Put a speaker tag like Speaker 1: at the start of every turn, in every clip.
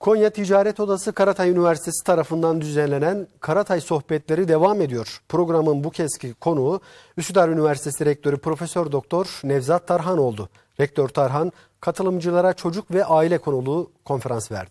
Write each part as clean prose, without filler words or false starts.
Speaker 1: Konya Ticaret Odası Karatay Üniversitesi tarafından düzenlenen Karatay Sohbetleri devam ediyor. Programın bu kezdeki konuğu Üsküdar Üniversitesi Rektörü Profesör Doktor Nevzat Tarhan oldu. Rektör Tarhan katılımcılara çocuk ve aile konulu konferans verdi.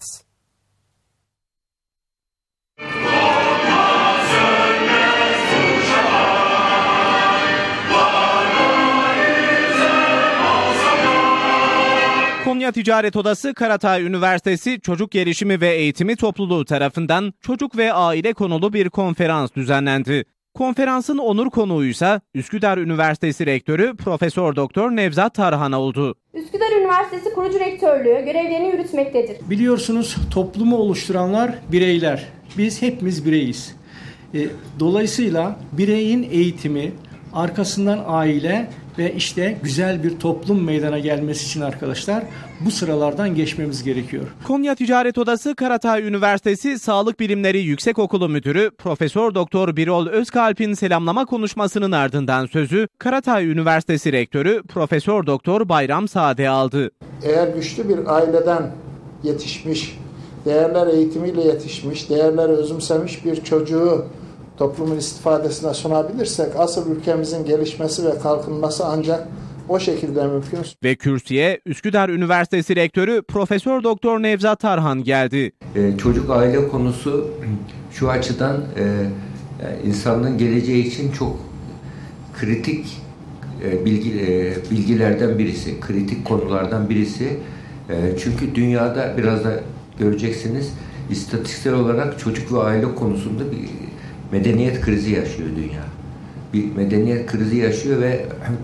Speaker 2: Konya Ticaret Odası Karatay Üniversitesi Çocuk Gelişimi ve Eğitimi Topluluğu tarafından çocuk ve aile konulu bir konferans düzenlendi. Konferansın onur konuğuysa Üsküdar Üniversitesi Rektörü Profesör Doktor Nevzat Tarhan oldu.
Speaker 3: Üsküdar Üniversitesi kurucu rektörlüğü görevlerini yürütmektedir.
Speaker 4: Biliyorsunuz toplumu oluşturanlar bireyler. Biz hepimiz bireyiz. Dolayısıyla bireyin eğitimi, arkasından aile ve işte güzel bir toplum meydana gelmesi için arkadaşlar bu sıralardan geçmemiz gerekiyor.
Speaker 2: Konya Ticaret Odası Karatay Üniversitesi Sağlık Bilimleri Yüksekokulu Müdürü Profesör Doktor Birol Özkalp'in selamlama konuşmasının ardından sözü Karatay Üniversitesi Rektörü Profesör Doktor Bayram Sade aldı.
Speaker 5: Eğer güçlü bir aileden yetişmiş, değerler eğitimiyle yetişmiş, değerleri özümsemiş bir çocuğu toplumun istifadesine sunabilirsek asıl ülkemizin gelişmesi ve kalkınması ancak o şekilde mümkün.
Speaker 2: Ve kürsüye Üsküdar Üniversitesi Rektörü Profesör Doktor Nevzat Tarhan geldi.
Speaker 6: Çocuk aile konusu şu açıdan insanlığın geleceği için çok kritik bilgilerden birisi, kritik konulardan birisi. Çünkü dünyada biraz da göreceksiniz istatistiksel olarak çocuk ve aile konusunda bir medeniyet krizi yaşıyor dünya. Bir medeniyet krizi yaşıyor ve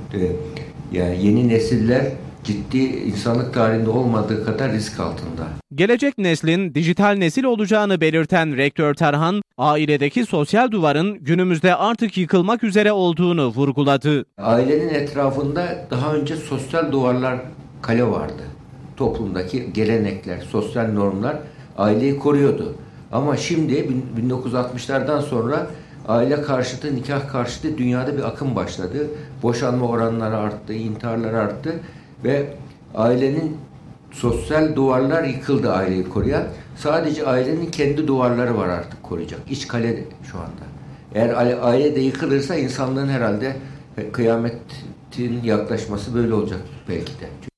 Speaker 6: yani yeni nesiller ciddi insanlık tarihinde olmadığı kadar risk altında.
Speaker 2: Gelecek neslin dijital nesil olacağını belirten Rektör Tarhan, ailedeki sosyal duvarın günümüzde artık yıkılmak üzere olduğunu vurguladı.
Speaker 6: Ailenin etrafında daha önce sosyal duvarlar, kale vardı. Toplumdaki gelenekler, sosyal normlar aileyi koruyordu. Ama şimdi 1960'lardan sonra aile karşıtı, nikah karşıtı dünyada bir akım başladı. Boşanma oranları arttı, intiharlar arttı ve ailenin sosyal duvarlar yıkıldı aileyi koruyan. Sadece ailenin kendi duvarları var artık koruyacak. İç kale şu anda. Eğer aile de yıkılırsa insanlığın herhalde kıyametin yaklaşması böyle olacak belki de.